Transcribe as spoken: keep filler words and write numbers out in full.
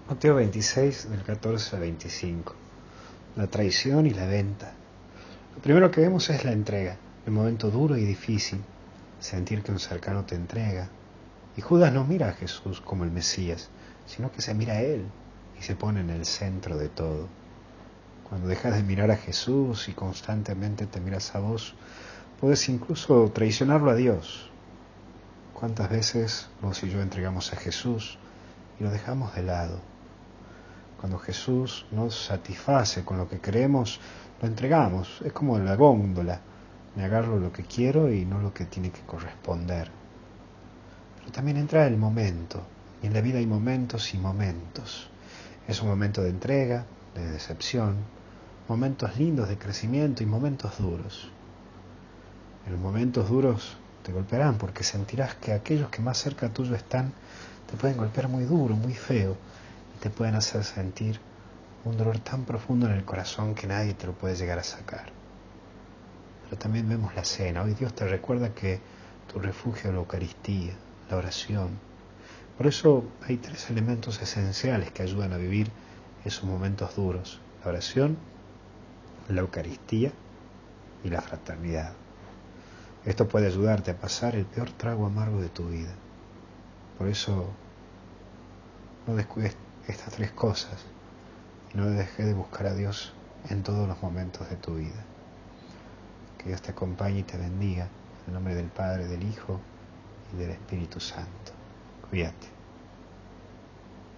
Mateo veintiséis, del catorce al veinticinco. La traición y la venta. Lo primero que vemos es la entrega, el momento duro y difícil, sentir que un cercano te entrega. Y Judas no mira a Jesús como el Mesías, sino que se mira a Él y se pone en el centro de todo. Cuando dejas de mirar a Jesús y constantemente te miras a vos, puedes incluso traicionarlo a Dios. ¿Cuántas veces vos y yo entregamos a Jesús y lo dejamos de lado? Cuando Jesús nos satisface con lo que queremos, lo entregamos. Es como la góndola. Me agarro lo que quiero y no lo que tiene que corresponder. Pero también entra el momento. Y en la vida hay momentos y momentos. Es un momento de entrega, de decepción, momentos lindos de crecimiento y momentos duros. En los momentos duros te golpearán porque sentirás que aquellos que más cerca tuyo están te pueden golpear muy duro, muy feo. Te pueden hacer sentir un dolor tan profundo en el corazón que nadie te lo puede llegar a sacar. Pero también vemos la cena. Hoy Dios te recuerda que tu refugio es la Eucaristía, la oración. Por eso hay tres elementos esenciales que ayudan a vivir esos momentos duros: la oración, la Eucaristía y la fraternidad. Esto puede ayudarte a pasar el peor trago amargo de tu vida. Por eso no descuides estas tres cosas y no dejes de buscar a Dios en todos los momentos de tu vida. Que Dios te acompañe y te bendiga en el nombre del Padre, del Hijo y del Espíritu Santo. Cuídate.